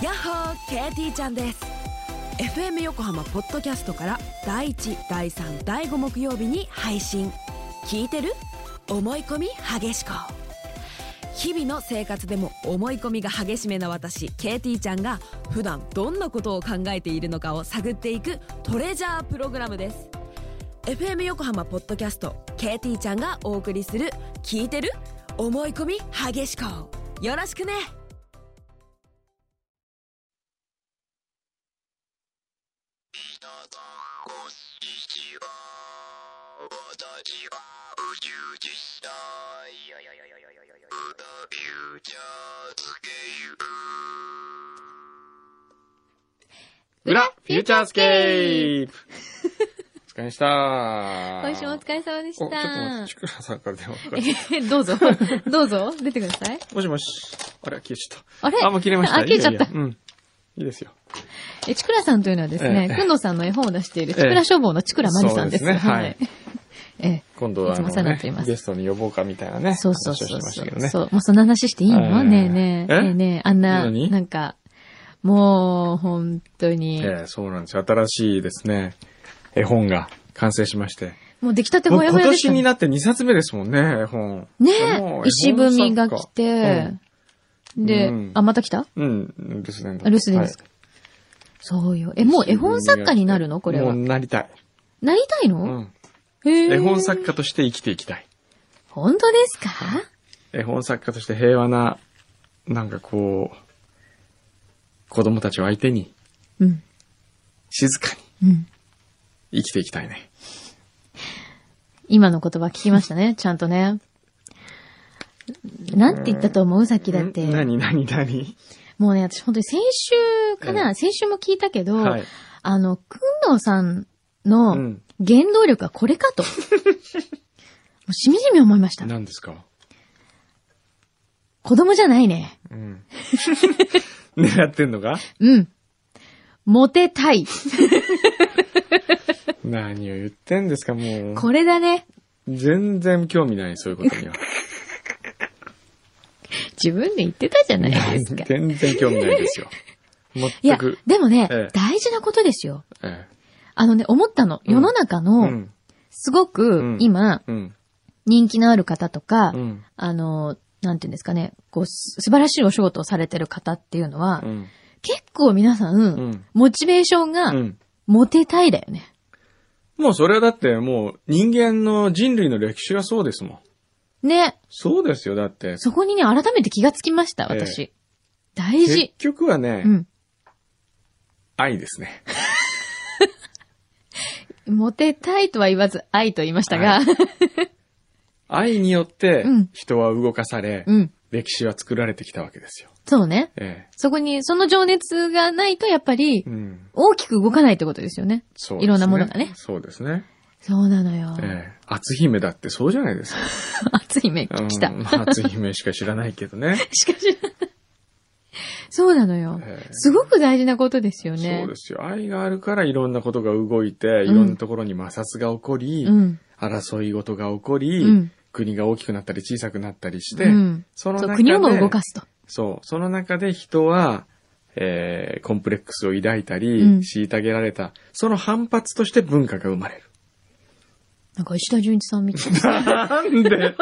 やっほー、KT ちゃんです。 FM 横浜ポッドキャストから第1、第3、第5木曜日に配信。聞いてる？思い込み激しこ。日々の生活でも思い込みが激しめな私 KT ちゃんが普段どんなことを考えているのかを探っていくトレジャープログラムです。 FM 横浜ポッドキャスト KT ちゃんがお送りする聞いてる？思い込み激しこ。よろしくね。 裏フューチャースケープお疲れした今週もお疲れ様でした。 ちょっと待って、ちくらさんから電話かかってどうぞ、どうぞ、出てください。 もしもし。あれ、消えちゃった。 あれもう切れました。 消えちゃった。 うん。いいですよ。 ちくらさんというのはですね、くんのさんの絵本を出しているちくら書房のちくらまりさんです。 そうですね。はい。今度はゲストに呼ぼうかみたいなね。 そうそうそう。そう。もうそんな話していいの？ねえねえ。ねえねえ、あんな、なんか、もう、本当に。 そうなんですよ。新しいですね、絵本が完成しまして。 もう出来たてほやほやでした。 今年になって2冊目ですもんね、絵本。 ねえ、石踏が来て、で、また来た？ 留守電だ。 留守電ですか。そうよ。もう絵本作家になるの？これは。 もうなりたい。 なりたいの？ 絵本作家として生きていきたい。 本当ですか？ 絵本作家として平和な、なんかこう、子供たちを相手に、静かに、生きていきたいね。 今の言葉聞きましたね、ちゃんとね。なんて言ったと思う？さっきだって。 何もうね、私本当に先週かな、先週も聞いたけど、くんのさんの原動力はこれかと。もうしみじみ思いました。 何ですか？ 子供じゃないね。 狙ってんのか？ モテたい。 何を言ってんですか、もう。 これだね。 全然興味ない、そういうことには。 自分で言ってたじゃないですか。 全然興味ないですよ。全く。 いや、でもね、大事なことですよ。思ったの。世の中の、すごく、今、人気のある方とか、なんていうんですかね、こう、素晴らしいお仕事をされてる方っていうのは、結構皆さん、モチベーションが、モテたいだよね。 もうそれはだってもう人間の人類の歴史がそうですもん。 ね。 そうですよ、だって。 そこにね、改めて気がつきました、私。大事。 結局はね、愛ですね。 モテたいとは言わず愛と言いましたが。 愛によって人は動かされ、歴史は作られてきたわけですよ。 そうね。そこに、その情熱がないとやっぱり、大きく動かないってことですよね。そうですね。いろんなものがね。 そうですね。 そうなのよ。 篤姫だってそうじゃないですか。 篤姫来た。 篤姫しか知らないけどね。 しか知らない。そうなのよ。すごく大事なことですよね。 そうですよ。愛があるからいろんなことが動いて、いろんなところに摩擦が起こり、争い事が起こり、国が大きくなったり小さくなったりして、その中で、 国をも動かすと。 そう。その中で人は、コンプレックスを抱いたり、虐げられた、その反発として文化が生まれる。 なんか石田純一さんみたいな。なんで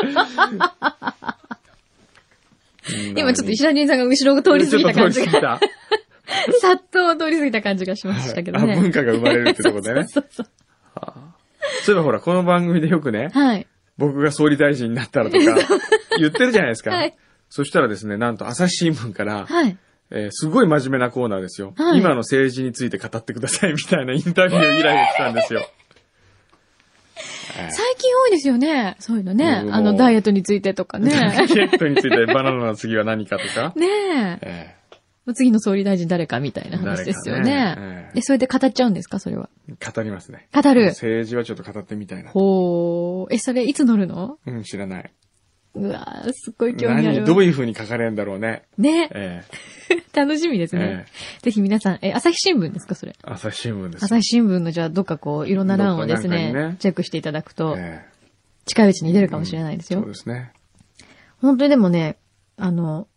今ちょっと石田純一さんが後ろを通り過ぎた感じが。さっと通り過ぎた感じがしましたけどね。 文化が生まれるってとこでね。そういえばほら、この番組でよくね、僕が総理大臣になったらとか言ってるじゃないですか。そしたらですね、なんと朝日新聞から、すごい真面目なコーナーですよ。今の政治について語ってくださいみたいなインタビュー依頼が来たんですよ。 最近多いですよね。そういうのね。ダイエットについてとかね。 ダイエットについてバナナの次は何かとか。 ねえ。次の総理大臣誰かみたいな話ですよね。それで語っちゃうんですか、それは。 語りますね。 語る。 政治はちょっと語ってみたいな。 ほー。それいつ乗るの？ 知らない。 うわー、すっごい興味ある。 どういう風に書かれるんだろうね。 ね。楽しみですね。ぜひ皆さん、朝日新聞ですか、それ。 朝日新聞です。 朝日新聞のじゃあどっかこう、いろんな欄をですね、チェックしていただくと、近いうちに出るかもしれないですよ。 そうですね。 本当にでもね、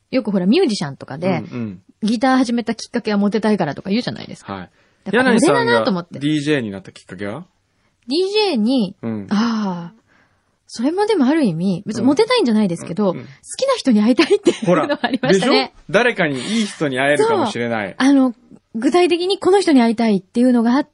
よくほらミュージシャンとかで、ギター始めたきっかけはモテたいからとか言うじゃないですか。はい。 柳井さんが DJ になったきっかけは ?DJ に、それもでもある意味、別にモテたいんじゃないですけど、好きな人に会いたいっていうのがありましたね。でしょ？ 誰かにいい人に会えるかもしれない。 具体的にこの人に会いたいっていうのがあって、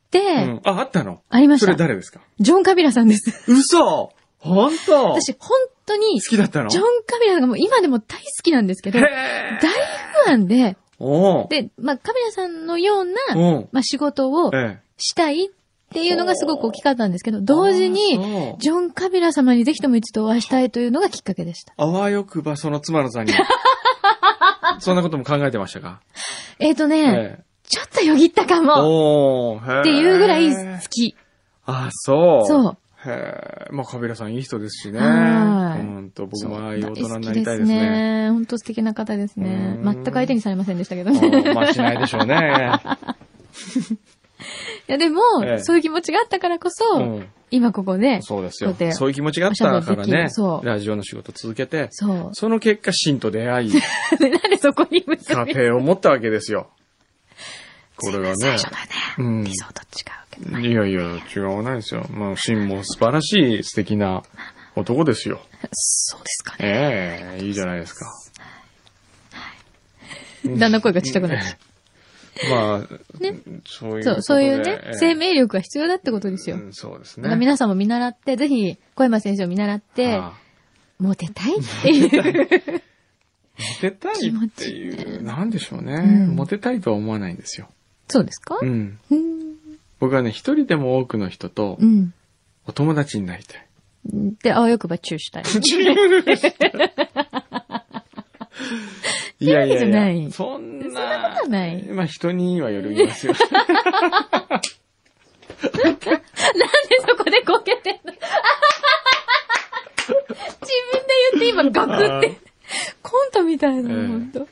あったの？ ありました。 それ誰ですか？ ジョン・カビラさんです。 嘘！本当？ 私、本当に、 好きだったの？ ジョン・カビラさんがもう今でも大好きなんですけど、大ファンで、で、カビラさんのような、仕事をしたいっていうのがすごく大きかったんですけど、同時に、ジョン・カビラ様にぜひとも一度お会いしたいというのがきっかけでした。 あわよくばその妻の座に。そんなことも考えてましたか？ ちょっとよぎったかも。っていうぐらい好き。 あ、そう。 そう。 へぇ。カビラさんいい人ですしね。僕もああいう大人になりたいですね。 本当素敵な方ですね。全く相手にされませんでしたけどね。 しないでしょうね。 いやでも、そういう気持ちがあったからこそ、今ここで。 そうですよ。そういう気持ちがあったからね。ラジオの仕事続けて。その結果、シンと出会い。 なんでそこに結び家庭を持ったわけですよ。これはね。 最初のね、理想と違うけど。 いやいや、違わないですよ。シンも素晴らしい素敵な男ですよ。 そうですかね。 いいじゃないですか。 だんだん声がちっちゃくなっちゃう。そういうね、生命力が必要だってことですよ。 そうですね。 皆さんも見習って、ぜひ、小山先生を見習って、モテたいっていう。 モテたいっていう、なんでしょうね。モテたいとは思わないんですよ。 そうですか？ 僕はね、一人でも多くの人と、お友達になりたい。 で、あわよくばチューしたい。 いやいやいや、そんなことはない。人にはよりますよ。 なんでそこでこけてんの？自分で言って今ガクって。コントみたいな、ほんと。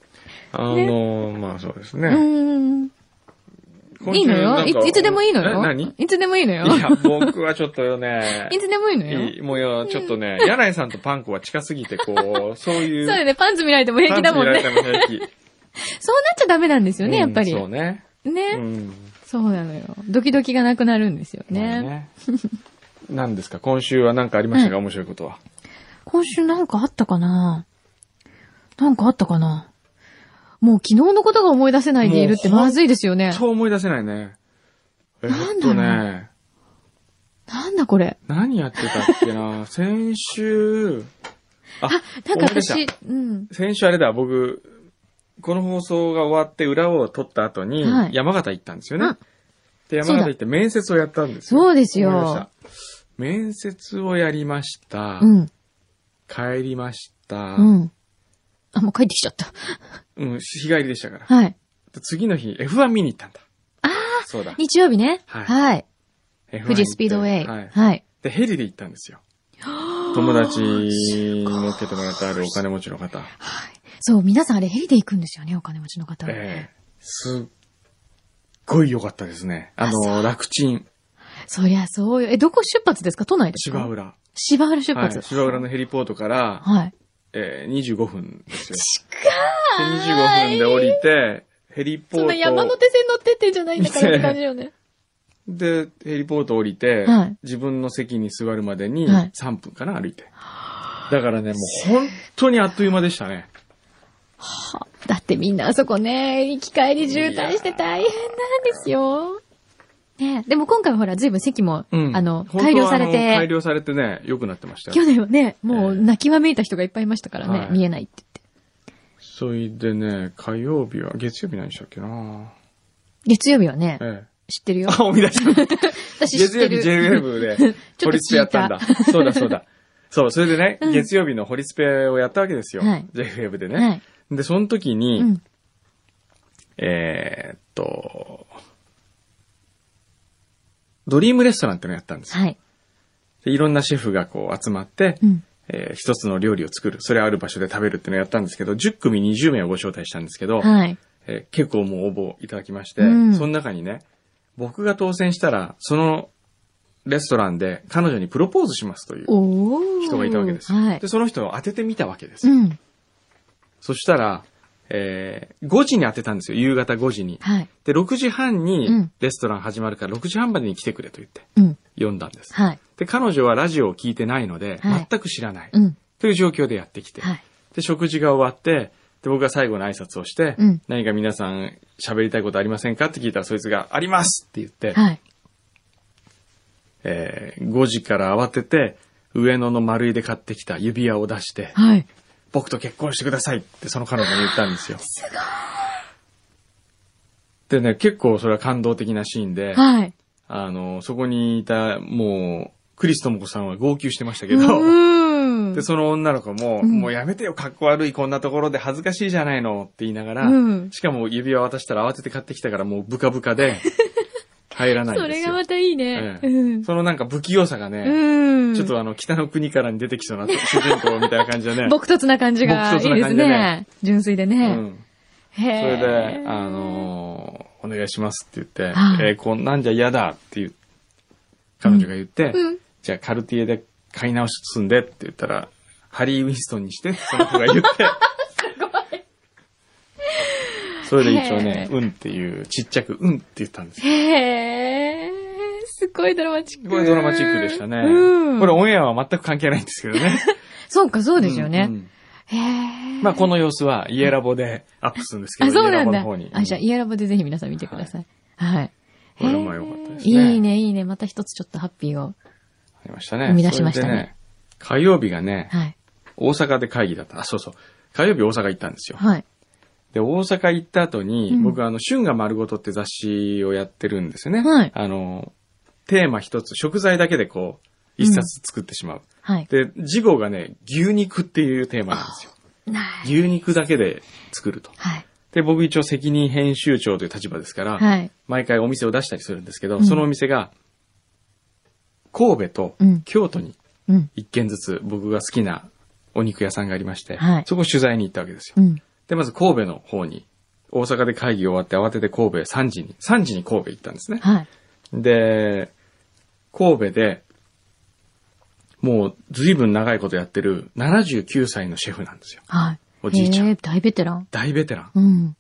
そうですね。 いいのよ。いつでもいいのよ。 何？ いつでもいいのよ。 いや、僕はちょっとね。 いつでもいいのよ。 もうよ、ちょっとね、柳井さんとパンコは近すぎて、そういう。 そうよね、パンツ見られても平気だもんね。 パンツ見られても平気。 そうなっちゃダメなんですよね、やっぱり。 そうね。 ね。そうなのよ。ドキドキがなくなるんですよね。 何ですか？今週は何かありましたか？面白いことは。 今週なんかあったかな？もう昨日のことが思い出せないでいるってまずいですよね。 そう思い出せないね。 なんだこれ。 何やってたっけな先週。 なんか私、 先週あれだ、僕、この放送が終わって裏を撮った後に、山形行ったんですよね。で、山形行って面接をやったんですよ。 そうですよ。 面接をやりました。帰りました。 もう帰ってきちゃった。 日帰りでしたから。次の日、F1 見に行ったんだ。そうだ。 日曜日ね。はい。富士スピードウェイ。はい。 で、ヘリで行ったんですよ。友達に乗っけてもらってあるお金持ちの方。 そう、皆さんあれヘリで行くんですよね、お金持ちの方は。 すっごい良かったですね。楽ちん。 そりゃそうよ。どこ出発ですか？都内ですか？ 芝浦。 芝浦出発。 芝浦のヘリポートから、25分ですよ。 近い。で、25分で降りて、ヘリポート。 そんな山手線乗ってってんじゃないんだからって感じよね。 で、ヘリポート降りて、自分の席に座るまでに3分かな、歩いて。だからね、もう本当にあっという間でしたね。 だってみんなあそこね、行き帰り渋滞して大変なんですよ。ね、でも今回はほら、随分席も、改良されて。 改良されてね、良くなってましたよ。 去年はね、もう泣きわめいた人がいっぱいいましたからね、見えないって言って。 それでね、月曜日何したっけな？ 月曜日はね、知ってるよ。 思い出した。私知ってる。月曜日 JWEB で、ホリスペやったんだ。そうだ。そう、それでね、月曜日のホリスペをやったわけですよ。JWEB でね。で、その時に、ドリームレストランってのをやったんですよ。で、いろんなシェフがこう集まって、一つの料理を作る。それある場所で食べるっていうのをやったんですけど、10組20名をご招待したんですけど、結構もう応募いただきまして、その中にね、僕が当選したら、そのレストランで彼女にプロポーズしますという人がいたわけです。で、その人を当ててみたわけです。 そしたら、5時に当てたんですよ。夕方5時に。 はい。 で、6時半にレストラン始まるから6時半までに来てくれと言って、読んだんです。 はい。 で、彼女はラジオを聞いてないので、全く知らない。という状況でやってきて、はい。で、食事が終わって、で、僕が最後の挨拶をして、何か皆さん喋りたいことありませんかって聞いたら、そいつがありますって言って、はい。5時から慌てて、上野の丸井で買ってきた指輪を出して、はい。僕と結婚してくださいってその彼女に言ったんですよ。 すごい。 でね、結構それは感動的なシーンで、はい。そこにいた、もう、クリス智子さんは号泣してましたけど、で、その女の子も、もうやめてよ、かっこ悪いこんなところで恥ずかしいじゃないのって言いながら、しかも指輪渡したら慌てて買ってきたからもうブカブカで、入らないんですよ。 それがまたいいね。 そのなんか不器用さがね、ちょっと北の国からに出てきそうな主人公みたいな感じでね。 朴突な感じがいいですね。純粋でね。 それで、お願いしますって言って、こんなんじゃ嫌だって彼女が言って、じゃあカルティエで買い直すんでって言ったら、ハリー・ウィンストンにして、その子が言って、 すごい。 それで一応ね、っていう、ちっちゃくって言ったんですよ。 へー。すごいドラマチック。 すごいドラマチックでしたね。これオンエアは全く関係ないんですけどね。 そうか、そうですよね。へー。まあこの様子はイエラボでアップするんですけど、 そうなんだ。じゃあイエラボでぜひ皆さん見てください。はい。 これも良かったですね。 いいね、いいね。また一つちょっとハッピーを。 ありましたね。 生み出しましたね。 火曜日がね、大阪で会議だった。あ、そうそう。火曜日大阪行ったんですよ。はい。で、大阪行った後に、僕春が丸ごとって雑誌をやってるんですよね。はい。テーマ一つ、食材だけでこう、一冊作ってしまう。はい。で、次号がね、牛肉っていうテーマなんですよ。牛肉だけで作ると。はい。で、僕一応責任編集長という立場ですから、はい。毎回お店を出したりするんですけど、そのお店が、神戸と京都に一軒ずつ僕が好きなお肉屋さんがありまして、はい。そこ取材に行ったわけですよ。で、まず神戸の方に、大阪で会議終わって慌てて神戸3時に神戸行ったんですね。はい。で、神戸で、もう随分長いことやってる79歳のシェフなんですよ。はい。おじいちゃん。 大ベテラン。 大ベテラン。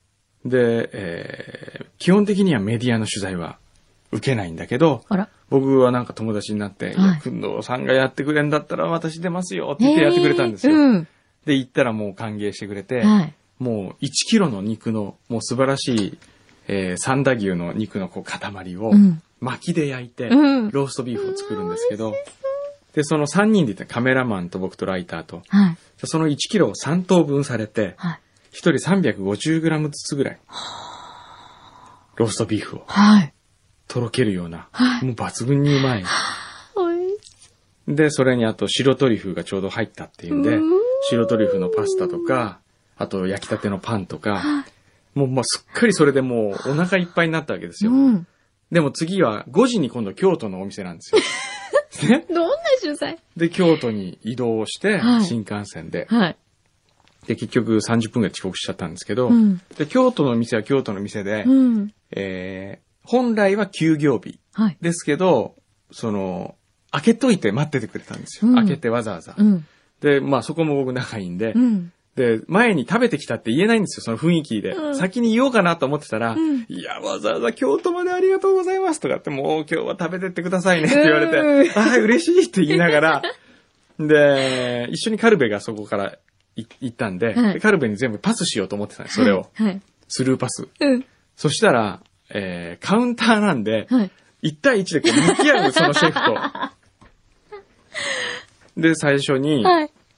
で、基本的にはメディアの取材は受けないんだけど、僕はなんか友達になって、工藤さんがやってくれんだったら私出ますよって言ってやってくれたんですよ。で、行ったらもう歓迎してくれて、もう1キロの肉の、もう素晴らしい、三田牛の肉のこう塊を薪で焼いて、ローストビーフを作るんですけど、で、その3人でいたカメラマンと僕とライターと、その1キロを3等分されて、1人350グラムずつぐらい、ローストビーフを、とろけるような、もう抜群にうまい。で、それにあと白トリュフがちょうど入ったっていうんで、白トリュフのパスタとか、あと焼きたてのパンとか、もうすっかりそれでもうお腹いっぱいになったわけですよ。でも次は5時に今度京都のお店なんですよ。 ね、どんな取材で、京都に移動して、新幹線で。で、結局30分ぐらい遅刻しちゃったんですけど、で、京都の店は京都の店で、本来は休業日ですけど、開けといて待っててくれたんですよ。開けてわざわざ。で、まあそこも僕仲いいんで、で、前に食べてきたって言えないんですよ、その雰囲気で。先に言おうかなと思ってたら、いや、わざわざ京都までありがとうございますとかって、もう今日は食べてってくださいねって言われて、ああ、嬉しいって言いながら、で、一緒にカルベがそこから行ったんで、カルベに全部パスしようと思ってたんです、それを。スルーパス。そしたら、カウンターなんで、1対1でこう向き合う、そのシェフと。で、最初に、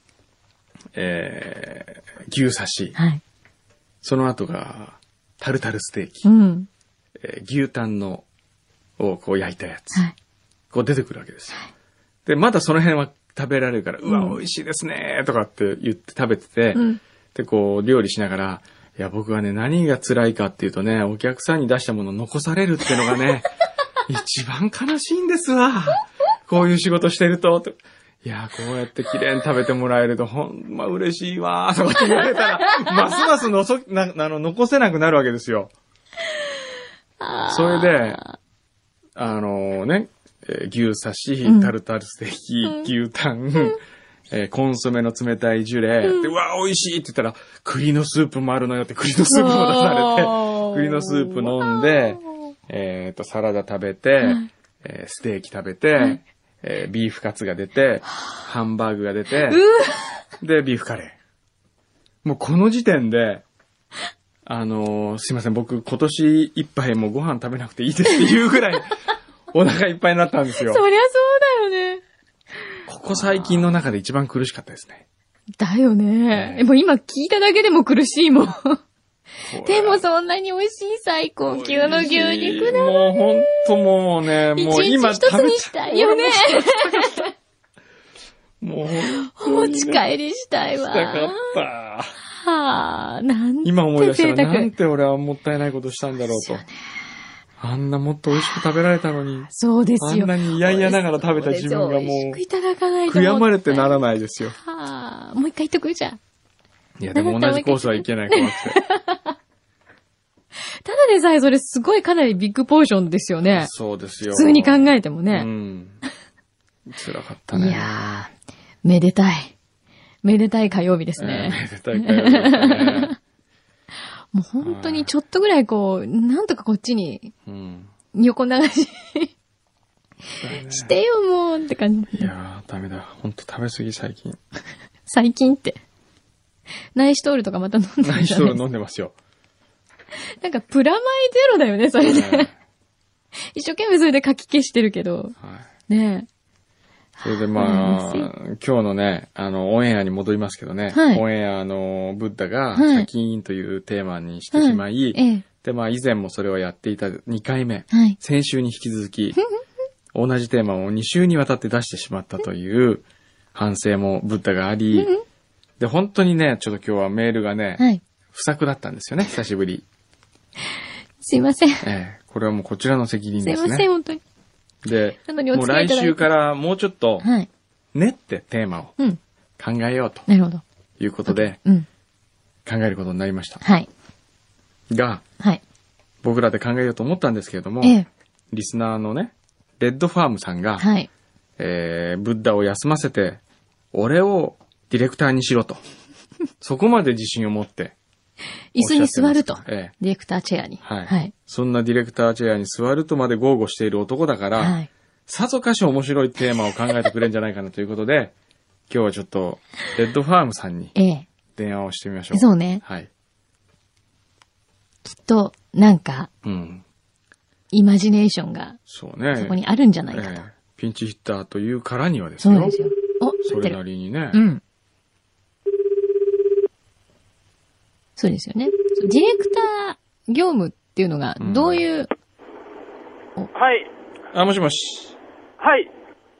牛刺し、その後がタルタルステーキ、牛タンをこう焼いたやつ、こう出てくるわけですよ。で、まだその辺は食べられるから、うわ、美味しいですねとかって言って食べてて、で、こう料理しながら、いや、僕はね、何が辛いかっていうとね、お客さんに出したものを残されるっていうのがね、一番悲しいんですわ。こういう仕事してると。いや、こうやって綺麗に食べてもらえると、ほんま嬉しいわーとかって言われたら、ますます残せなくなるわけですよ。それで、牛刺し、タルタルステーキ、牛タン、 コンソメの冷たいジュレ、で、うわ、美味しいって言ったら、栗のスープもあるのよって栗のスープも出されて、栗のスープ飲んで、サラダ食べて、ステーキ食べて、ビーフカツが出て、ハンバーグが出て、で、ビーフカレー。もうこの時点で、すいません、僕今年いっぱいもうご飯食べなくていいですっていうぐらい、お腹いっぱいになったんですよ。 そりゃそうだよね。 ここ最近の中で一番苦しかったですね。 だよね。もう今聞いただけでも苦しいもん。でもそんなに美味しい最高級の牛肉だ。 もうほんともうね、もう今一日一つにしたいよね。 もう、 お持ち帰りしたいわ。 したかった。 はあ、なんて今思い出したらなんて俺はもったいないことしたんだろうと。あんなもっと美味しく食べられたのに。 そうですよ。 あんなに嫌々ながら食べた自分がもう、 悔やまれてならないですよ。 はあ、もう一回言っとくじゃん。 いや、でも同じコースはいけない怖くて。 ただでさえそれすごいかなりビッグポーションですよね。 そうですよ。 普通に考えてもね。 辛かったね。 いやー、めでたい。めでたい火曜日ですね。 めでたい火曜日ですね。 もう本当にちょっとぐらいこう、なんとかこっちに、横流ししてよもうって感じ。 いやー、ダメだ。ほんと食べ過ぎ最近。 最近って。ナイシトールとかまた飲んでる。 ナイシトール飲んでますよ。 なんかプラマイゼロだよね、それで。一生懸命それで書き消してるけど。ねえ。 それでまあ、今日のね、オンエアに戻りますけどね。オンエアのブッダが、シャキーンというテーマにしてしまい、でまあ以前もそれをやっていた2回目、先週に引き続き、同じテーマを2週にわたって出してしまったという反省もブッダがあり、で本当にね、ちょっと今日はメールがね、不作だったんですよね、久しぶり。 すいません。 これはもうこちらの責任ですね。 すいません、本当に。 で、もう来週からもうちょっと、練ってテーマを考えようと。いうことで、考えることになりました。が、僕らで考えようと思ったんですけれども、リスナーのね、レッドファームさんが、ブッダを休ませて、俺をディレクターにしろと。そこまで自信を持って、 椅子に座ると。ディレクターチェアに。 そんなディレクターチェアに座るとまで豪語している男だから、さぞかし面白いテーマを考えてくれるんじゃないかなということで、今日はちょっと、レッドファームさんに、電話をしてみましょう。 そうね。きっと、なんか、イマジネーションが、そこにあるんじゃないかと。 ピンチヒッターというからにはですよ。 そうですよ。 それなりにね。 そうですよね。ディレクター業務っていうのが、どういう、 はい。 もしもし。 はい。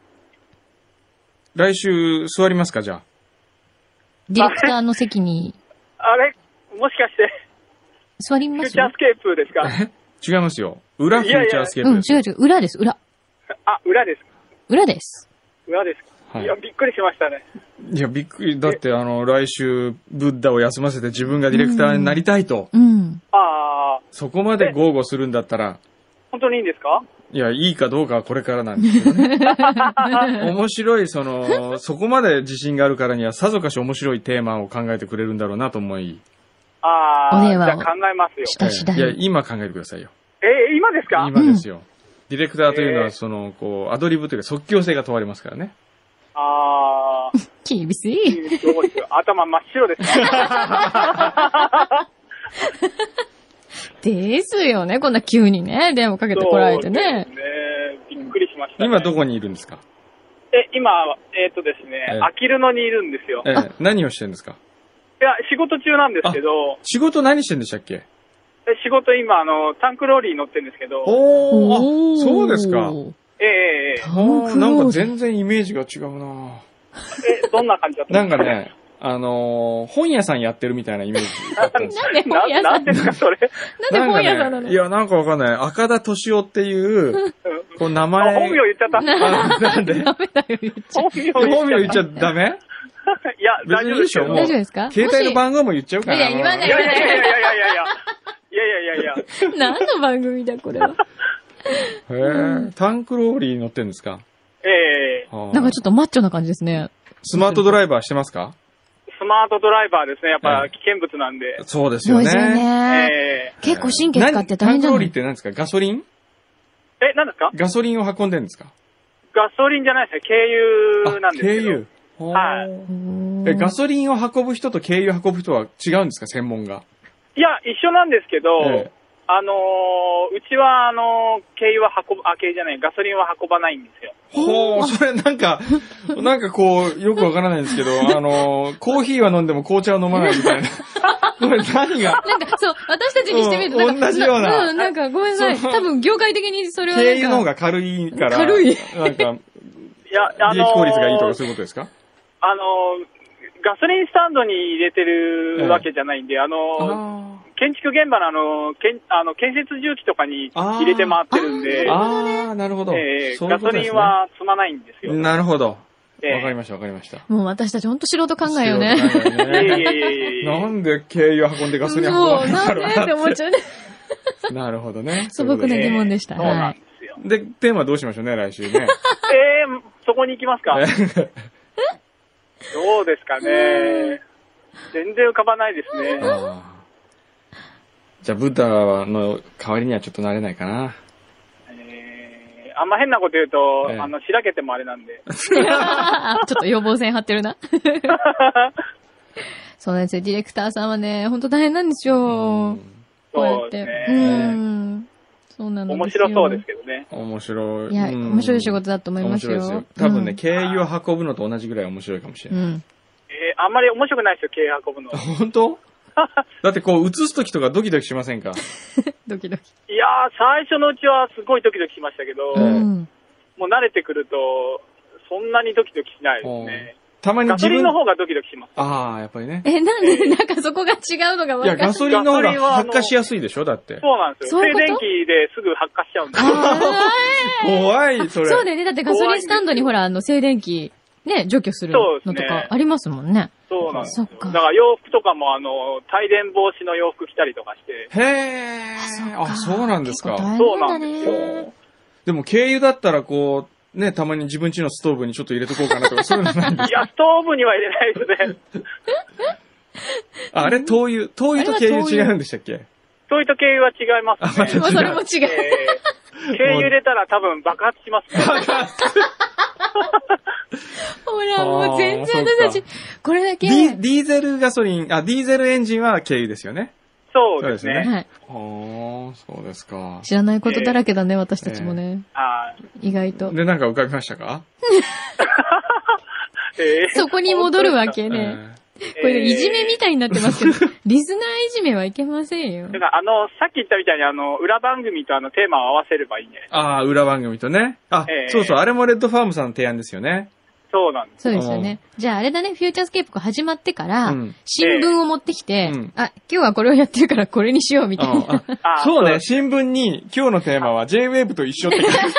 来週座りますか、じゃあ。 ディレクターの席に。 あれもしかして。 座りますフューチャースケープですか？ 違いますよ。裏フューチャースケープです。 違う。裏です、裏。 裏です。 裏です。 裏ですか？いや、びっくりしましたね。 いや、びっくり。だって、来週、ブッダを休ませて自分がディレクターになりたいと。そこまで豪語するんだったら。 本当にいいんですか？ いや、いいかどうかはこれからなんですけどね。面白い、そこまで自信があるからには、さぞかし面白いテーマを考えてくれるんだろうなと思い。 じゃあ考えますよ。 いや、今考えてくださいよ。 今ですか？ 今ですよ。ディレクターというのは、アドリブというか即興性が問われますからね。 厳しい。 どうですよ。頭真っ白ですか？ ですよね。こんな急にね、電話かけてこられてね。 そうですね。びっくりしましたね。 今どこにいるんですか？ 今、ですね、あきる野にいるんですよ。 何をしてるんですか？ いや、仕事中なんですけど。 仕事何してるんでしたっけ？ 仕事今、タンクローリー乗ってるんですけど。 そうですか。なんか全然イメージが違うな。 どんな感じだったんですか？ なんかね、本屋さんやってるみたいなイメージだったんですよ。 なんで本屋さんなんですか、それ。 なんで本屋さんなの？ いや、なんかわかんない。赤田敏夫っていう、名前。 本名言っちゃった。 なんで？ ダメだよ、言っちゃう。 本名言っちゃダメ？ いや、大丈夫ですよ。 大丈夫ですか？ 携帯の番号も言っちゃうかな。 いや、言わない。 いや。 何の番組だ、これは。 タンクローリー乗ってんですか？ なんかちょっとマッチョな感じですね。 スマートドライバーしてますか？ スマートドライバーですね。やっぱ危険物なんで。 そうですよね。 そうですよね。結構神経使って大変じゃない？ タンクローリーって何ですか？ガソリン？ 何ですか？ ガソリンを運んでるんですか？ ガソリンじゃないですね。軽油なんですけど。軽油。 はい。ガソリンを運ぶ人と軽油運ぶ人は違うんですか？専門が。 いや、一緒なんですけど、うちは、軽油は軽油じゃない、ガソリンは運ばないんですよ。 ほー、それなんかこう、よくわからないんですけど、コーヒーは飲んでも紅茶は飲まないみたいな。これ何がなんか、そう、私たちにしてみると、 同じような。 なんか、ごめんなさい。多分、業界的にそれは。 軽油の方が軽いから。 軽い。 なんか、 いや、 利益効率がいいとかそういうことですか？ ガソリンスタンドに入れてるわけじゃないんで、建築現場の建設重機とかに入れて回ってるんで。 なるほど。 ガソリンは積まないんですよ。 なるほど。わかりました、わかりました。 もう私たちほんと素人考えよね。 なんで軽油運んでガソリン運ばないんだろうな。 なんでって思っちゃうね。 なるほどね。 素朴な疑問でした。 そうなんですよ。 で、テーマどうしましょうね、来週ね。 そこに行きますか？どうですかね。全然浮かばないですね。 じゃあ、ブッダの代わりにはちょっとなれないかな。 あんま変なこと言うと、しらけてもあれなんで。 ちょっと予防線張ってるな。そうなんですよ。ディレクターさんはね、ほんと大変なんですよ。こうやって。そうなんですよ。 面白そうですけどね。 面白い。 いや、面白い仕事だと思いますよ。 面白いですよ。多分ね、軽油を運ぶのと同じぐらい面白いかもしれない。 あんまり面白くないですよ、軽油運ぶの。 本当？だってこう、映すときとかドキドキしませんか？ ドキドキ。 いやー、最初のうちはすごいドキドキしましたけど、もう慣れてくると、そんなにドキドキしないですね。 たまにガソリンの方がドキドキします。 やっぱりね。 なんで、なんかそこが違うのが分かる。 いや、ガソリンの方が発火しやすいでしょだって。 そうなんですよ。静電気ですぐ発火しちゃうんですよ。 怖い、それ。 そうだよね。だってガソリンスタンドにほら、静電気、ね、除去するのとかありますもんね。 そうなんですよ。だから洋服とかも帯電防止の洋服着たりとかして。 へー。そうなんですか。 そうなんですよ。 でも軽油だったらこう、ね、たまに自分家のストーブにちょっと入れとこうかなとか、そういうのないんですか？ いや、ストーブには入れないですね。 あれ、灯油と軽油違うんでしたっけ？ 灯油と軽油は違いますね。 それも違う。 軽油入れたら多分爆発しますね。 ほら、もう全然私たち、これだけ。 ディーゼルガソリン、ディーゼルエンジンは軽油ですよね。 そうですね。はい。 そうですか。 知らないことだらけだね、私たちもね。意外と。 で、なんか浮かびましたか？ そこに戻るわけね。これいじめみたいになってますけど、リスナーいじめはいけませんよ。 だからさっき言ったみたいに裏番組とテーマを合わせればいいね。 裏番組とね。そうそう、あれもレッドファームさんの提案ですよね。 そうなんです。 そうですよね。じゃああれだね、フューチャースケープが始まってから、新聞を持ってきて、今日はこれをやってるからこれにしようみたいな。 そうね、新聞に今日のテーマは J-Wave と一緒って書いてあ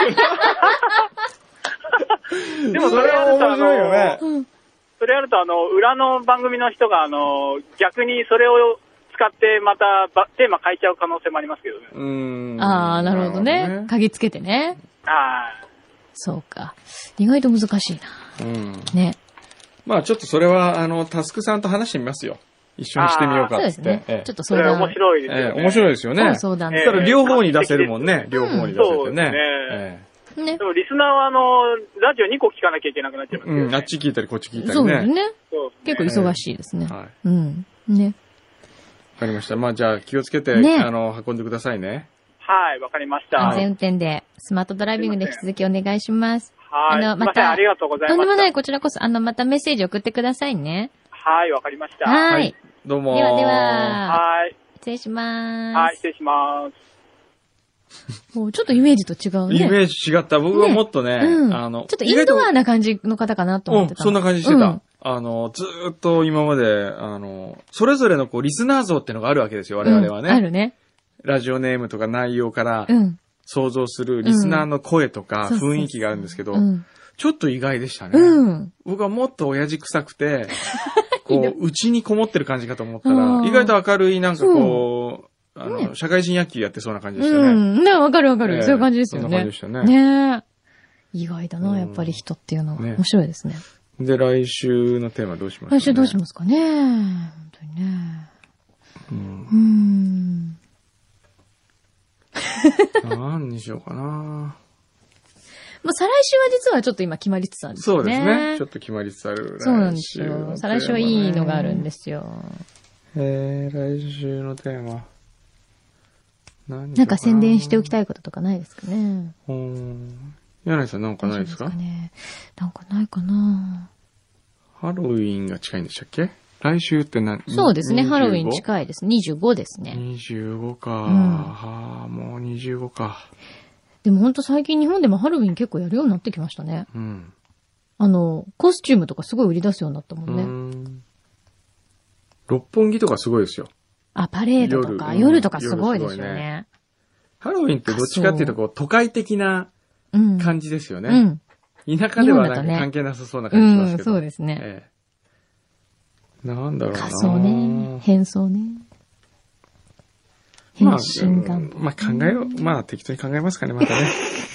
る。 でもそれは面白いよね。それやると裏の番組の人が逆にそれを使ってまたテーマ変えちゃう可能性もありますけどね。 なるほどね。鍵つけてね。そうか。意外と難しいな。ね。 まあちょっとそれはタスクさんと話してみますよ。一緒にしてみようかって。そうですね。ちょっとそれ面白いですよね。 面白いですよね。 そうだね。 そしたら両方に出せるもんね。両方に出せてね。 でもリスナーはラジオ2個聞かなきゃいけなくなっちゃいますよね。 あっち聞いたりこっち聞いたりね。 そうですね。結構忙しいですね。ね。 わかりました。まあじゃあ気をつけて運んでくださいね。 はい、わかりました。 安全運転でスマートドライビングで引き続きお願いします。 はい。またありがとうございます。 とんでもない、こちらこそまたメッセージ送ってくださいね。 はい、わかりました。 はい。 どうも。 ではでは。 はい。 失礼します。 はい、失礼します。 もうちょっとイメージと違うね。 イメージ違った。僕はもっとね、 ちょっとインドアな感じの方かなと思ってた。 そんな感じしてた。ずーっと今まで、それぞれのリスナー像っていうのがあるわけですよ、我々はね。 あるね。 ラジオネームとか内容から想像するリスナーの声とか雰囲気があるんですけど、ちょっと意外でしたね。僕はもっと親父臭くて、内にこもってる感じかと思ったら、意外と明るい、なんか社会人野球やってそうな感じでしたね。 わかるわかる。そういう感じですよね。 そんな感じでしたね。 ね意外だな、やっぱり人っていうのは。面白いですね。 で、来週のテーマどうしますかね。 来週どうしますかね。本当にね。 何にしようかな。 まあ、再来週は実はちょっと今決まりつつあるんですよね。 そうですね。ちょっと決まりつつある。 そうなんですよ。再来週はいいのがあるんですよ。 来週のテーマ。 なんか宣伝しておきたいこととかないですかね。 柳井さんなんかないですか？ なんかないかな。 ハロウィンが近いんでしたっけ？来週ってそうですね、ハロウィン近いです。25ですね。 25か。はあ、もう25か。 でもほんと最近日本でもハロウィン結構やるようになってきましたね。コスチュームとかすごい売り出すようになったもんね。 六本木とかすごいですよ。 パレードとか、夜とかすごいですよね。 ハロウィンってどっちかっていうとこう、都会的な感じですよね。田舎ではなんか関係なさそうな感じしますけど。 そうですね。 なんだろうな。 仮装ね。変装ね。変身願望。 まあ考えよう。まあ適当に考えますかね、またね。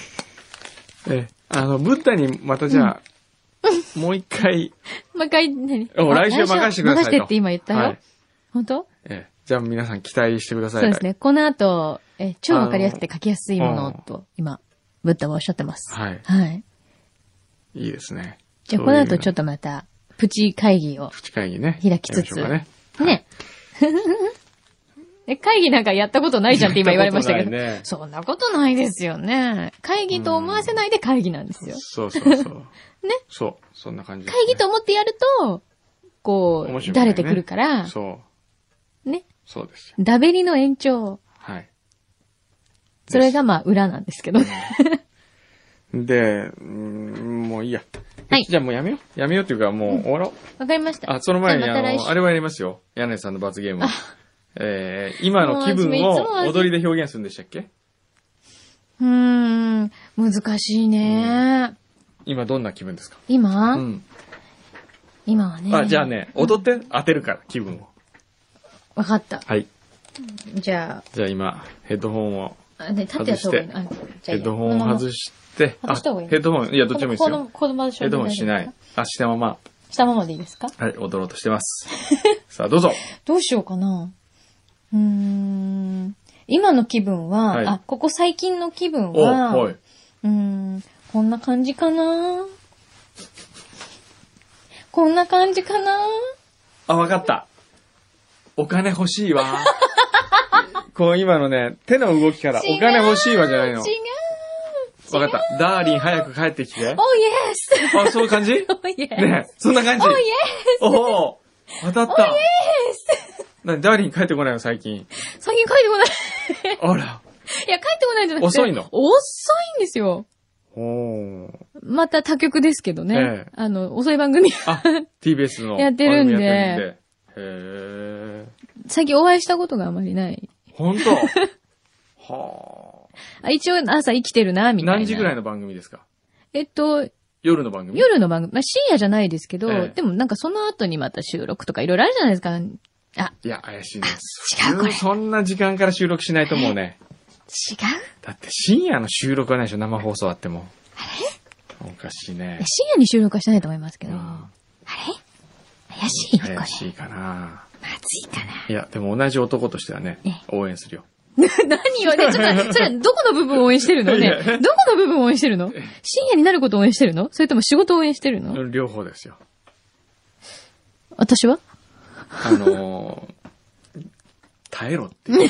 ブッダにまたじゃあ、もう一回。 もう一回何？ 来週任せてくださいと。 任せてって今言ったよ。本当？ じゃあ皆さん期待してください。 そうですね。この後、超わかりやすくて書きやすいものと、今、ブッダはおっしゃってます。 はい。 はい。 いいですね。 じゃあこの後ちょっとまた、プチ会議を。 プチ会議ね。 開きつつ。ね。会議なんかやったことないじゃんって今言われましたけど。ね、そんなことないですよね。会議と思わせないで会議なんですよ。 そうそうそう。 ね。 そう。そんな感じ、 会議と思ってやると、こう、だれてくるから。 そう。 ね。 そうですよ。 ダベリの延長。 はい。 それがまあ裏なんですけど。 で、もういいや。 はい。 じゃあもうやめよう。やめようっていうかもう終わろう。 わかりました。 その前にあれはやりますよ。柳井さんの罰ゲーム。今の気分を踊りで表現するんでしたっけ？ 難しいね。 今どんな気分ですか？ 今はね。 じゃあね、踊って当てるから、気分を。 わかった。 はい。 じゃあ今、ヘッドホンを外して、 ヘッドホンを外して、ヘッドホン、いや、どっちでもいいですよ。ヘッドホンしない。したまま。 したままでいいですか？ はい、踊ろうとしてます。さあ、どうぞ。 どうしようかな。今の気分は、ここ最近の気分は、こんな感じかな。こんな感じかな。 わかった。お金欲しいわ。こう今のね、手の動きからお金欲しいわじゃないの。 違う。 わかった。ダーリン早く帰ってきて。 Oh yes! そういう感じ？ Oh yes! ねそんな感じ。 Oh yes! お当たった。 Oh yes! ダーリン帰ってこないの最近。 最近帰ってこない。 あら。 いや、帰ってこないんじゃなくて。 遅いの？ 遅いんですよ。また他局ですけどね。遅い番組。 TBS の。 やってるんで。最近お会いしたことがあまりない。 本当？はあ。一応朝生きてるな、みたいな。 何時ぐらいの番組ですか？ 夜の番組。夜の番組。深夜じゃないですけど、でもなんかその後にまた収録とかいろいろあるじゃないですか。 いや、怪しいです。 違う、これ。 そんな時間から収録しないと思うね。 違う？ だって深夜の収録はないでしょ、生放送あっても。おかしいね。 深夜に収録はしてないと思いますけど。あれ怪しい？ 怪しいかな。 まずいかな。 いや、でも同じ男としてはね、応援するよ。 何をね、ちょっと、それ、どこの部分を応援してるのね。どこの部分を応援してるの？深夜になることを応援してるの？それとも仕事を応援してるの？ 両方ですよ。 私は？ 耐えろって言ってね。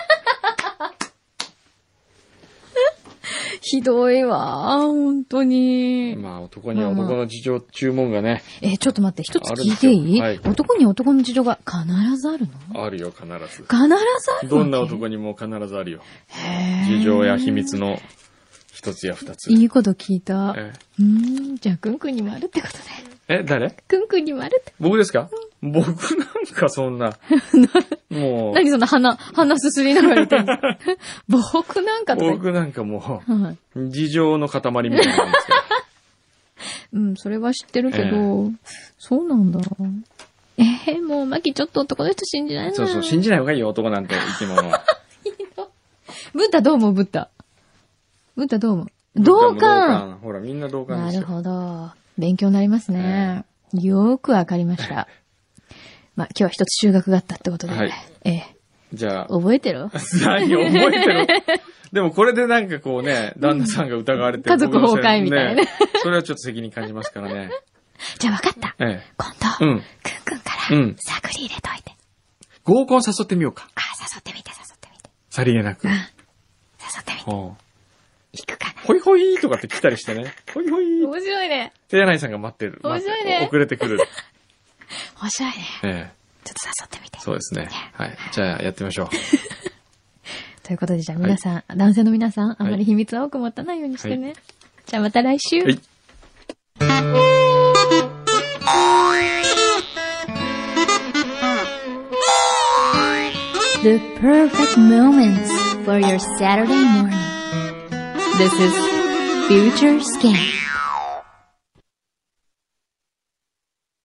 ひどいわ、本当に。 まあ男には男の事情、注文がね。 ちょっと待って、一つ聞いていい？男には男の事情が必ずあるの？ あるよ、必ず。 必ずある？ どんな男にも必ずあるよ。事情や秘密の一つや二つ。 いいこと聞いた。じゃあ、くんくんにもあるってことね。誰？ くんくんにもあるって。 僕ですか？僕なんかそんな。もう。 何そんな鼻すすりながら言ってんの？僕なんか僕なんかもう、事情の塊みたいなんですけど。 それは知ってるけど、そうなんだ。もう、マキちょっと男の人信じないな。 そう、信じない方がいいよ、男なんて生き物は。 ブッダどう思う？ブッダどう思う？同感。 ほら、みんな同感ですよ。 なるほど。 勉強になりますね。よーくわかりました。まあ、今日は一つ収穫があったってことで。はい。 じゃあ。 覚えてる？ 何覚えてる？でもこれでなんかこうね、旦那さんが疑われてる。 家族崩壊みたいな。 それはちょっと責任感じますからね。 じゃあ分かった。今度、くんくんから、探り入れといて。 合コン誘ってみようか。 誘ってみて。 さりげなく。誘ってみて。行くかな。 ほいほいとかって来たりしてね。ほいほい。 面白いね。 で、柳井さんが待ってる。 面白いね。 遅れてくる。 面白いね。ちょっと誘ってみて。 そうですね。はい。じゃあ、やってみましょう。 ということで、じゃあ皆さん、男性の皆さん、あまり秘密は多く持たないようにしてね。じゃあまた来週。はい。The perfect moments for your Saturday morning. This is Future Scan.